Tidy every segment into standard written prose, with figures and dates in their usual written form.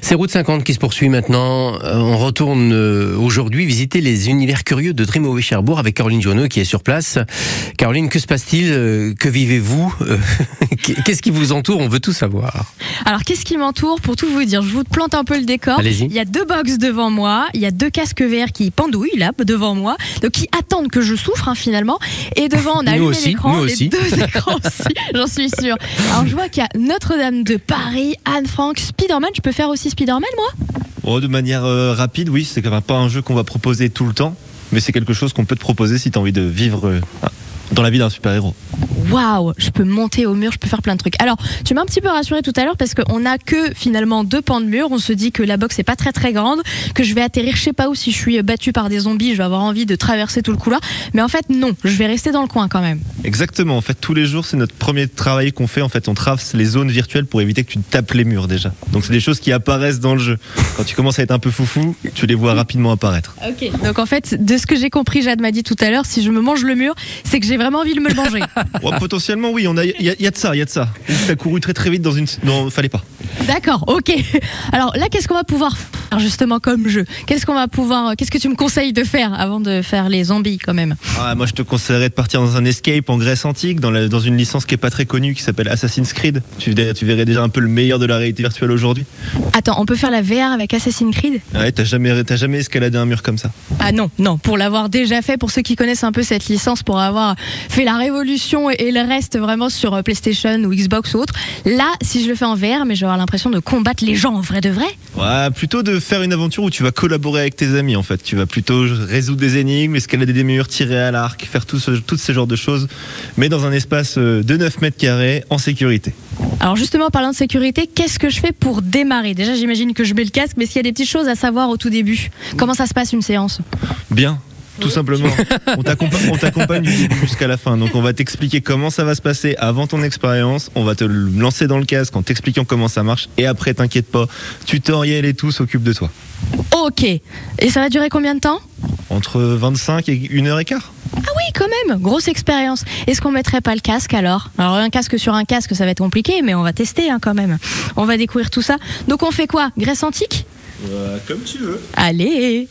C'est Route 50 qui se poursuit maintenant. On retourne aujourd'hui visiter les univers curieux de Dreamaway Cherbourg avec Caroline Joneux qui est sur place. Caroline, que se passe-t-il? Que vivez-vous? Qu'est-ce qui vous entoure? On veut tout savoir. Alors, qu'est-ce qui m'entoure? Pour tout vous dire, je vous plante un peu le décor. Allez-y. Il y a 2 box devant moi, il y a 2 casques VR qui pendouillent là devant moi, donc qui attendent que je souffre finalement. Et devant, on a allumé l'écran, les 2 écrans aussi, j'en suis sûre. Alors, je vois qu'il y a Notre-Dame de Paris, Anne Frank, Spider-Man. Je peux faire aussi Spider-Man, moi? Oh, de manière rapide, oui. C'est quand même pas un jeu qu'on va proposer tout le temps, mais c'est quelque chose qu'on peut te proposer si tu as envie de vivre dans la vie d'un super-héros. Waouh, je peux monter au mur, je peux faire plein de trucs. Alors, tu m'as un petit peu rassuré tout à l'heure parce qu'on a que finalement 2 pans de mur. On se dit que la box est pas très très grande, que je vais atterrir je sais pas où. Si je suis battu par des zombies, je vais avoir envie de traverser tout le couloir. Mais en fait, non, je vais rester dans le coin quand même. Exactement. En fait, tous les jours, c'est notre premier travail qu'on fait. En fait, on traverse les zones virtuelles pour éviter que tu tapes les murs déjà. Donc, c'est des choses qui apparaissent dans le jeu. Quand tu commences à être un peu foufou, tu les vois rapidement apparaître. Ok. Donc en fait, de ce que j'ai compris, Jade m'a dit tout à l'heure, si je me mange le mur, c'est que j'ai vraiment envie de me le manger. Ouais, potentiellement, oui. Il y a de ça. T'as couru très très vite dans une. Non, fallait pas. D'accord, ok. Alors là, qu'est-ce qu'on va pouvoir faire justement comme jeu? Qu'est-ce que tu me conseilles de faire avant de faire les zombies quand même? Moi, je te conseillerais de partir dans un escape en Grèce antique, dans une licence qui est pas très connue, qui s'appelle Assassin's Creed. Tu verrais déjà un peu le meilleur de la réalité virtuelle aujourd'hui. Attends, on peut faire la VR avec Assassin's Creed? Ouais, t'as jamais escaladé un mur comme ça? Ah non, pour l'avoir déjà fait, pour ceux qui connaissent un peu cette licence, pour avoir fait la révolution et le reste vraiment sur PlayStation ou Xbox ou autre, là, si je le fais en VR, mais je vais avoir l'impression de combattre les gens en vrai de vrai. Ouais, plutôt de faire une aventure où tu vas collaborer avec tes amis en fait. Tu vas plutôt résoudre des énigmes, escalader des murs, tirer à l'arc, faire toutes ces genres de choses, mais dans un espace de 9 mètres carrés en sécurité. Alors justement, parlant de sécurité, qu'est-ce que je fais pour démarrer? Déjà, j'imagine que je mets le casque, mais s'il y a des petites choses à savoir au tout début, comment ça se passe une séance? Bien. Tout simplement, on t'accompagne du début jusqu'à la fin. Donc on va t'expliquer comment ça va se passer avant ton expérience. On va te lancer dans le casque en t'expliquant comment ça marche. Et après, t'inquiète pas, tutoriel et tout s'occupe de toi. Ok. Et ça va durer combien de temps? Entre 25 et 1h15. Ah oui, quand même, grosse expérience. Est-ce qu'on mettrait pas le casque alors? Alors un casque sur un casque, ça va être compliqué, mais on va tester quand même. On va découvrir tout ça. Donc on fait quoi? Grèce antique? Comme tu veux. Allez.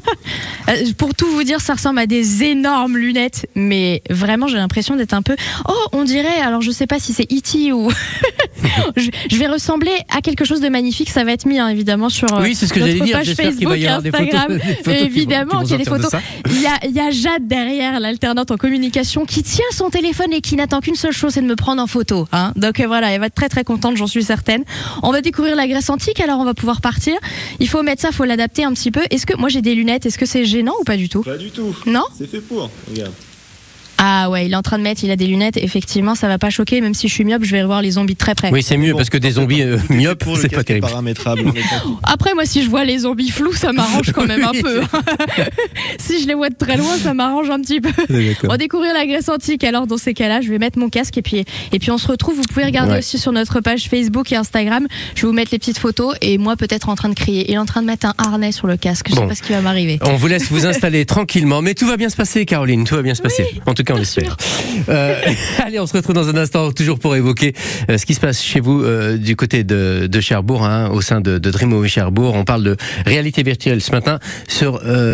Pour tout vous dire, ça ressemble à des énormes lunettes, mais vraiment j'ai l'impression d'être un peu... Oh, on dirait, alors je sais pas si c'est E.T. ou... je vais ressembler à quelque chose de magnifique, ça va être mis évidemment sur oui, c'est ce que notre j'allais dire. page J'espère qu'il va y avoir Instagram. des photos Évidemment qu'il y a des qui vont photos. Il y a Jade derrière, l'alternante en communication, qui tient son téléphone et qui n'attend qu'une seule chose, c'est de me prendre en photo. Hein. Donc voilà, elle va être très très contente, j'en suis certaine. On va découvrir la Grèce antique, alors on va pouvoir partir. Il faut mettre ça, il faut l'adapter un petit peu. Est-ce que moi j'ai des lunettes? Est-ce que c'est gênant ou pas du tout? Pas du tout. Non? C'est fait pour. Regarde. Ah ouais, il est en train de mettre, il a des lunettes. Effectivement, ça va pas choquer. Même si je suis myope, je vais voir les zombies de très près. Oui, c'est mieux parce que des zombies myopes, c'est pas terrible. Paramétrable. Après, moi, si je vois les zombies flous, ça m'arrange quand même un peu. Si je les vois de très loin, ça m'arrange un petit peu. On va découvrir la Grèce antique. Alors, dans ces cas-là, je vais mettre mon casque et puis on se retrouve. Vous pouvez regarder aussi sur notre page Facebook et Instagram. Je vais vous mettre les petites photos et moi, peut-être en train de crier. Il est en train de mettre un harnais sur le casque. Je sais pas ce qui va m'arriver. On vous laisse vous installer tranquillement, mais tout va bien se passer, Caroline. Tout va bien se passer. En tout cas, on l'espère. Allez, on se retrouve dans un instant, toujours pour évoquer ce qui se passe chez vous du côté de Cherbourg, au sein de Dreamaway Cherbourg. On parle de réalité virtuelle ce matin sur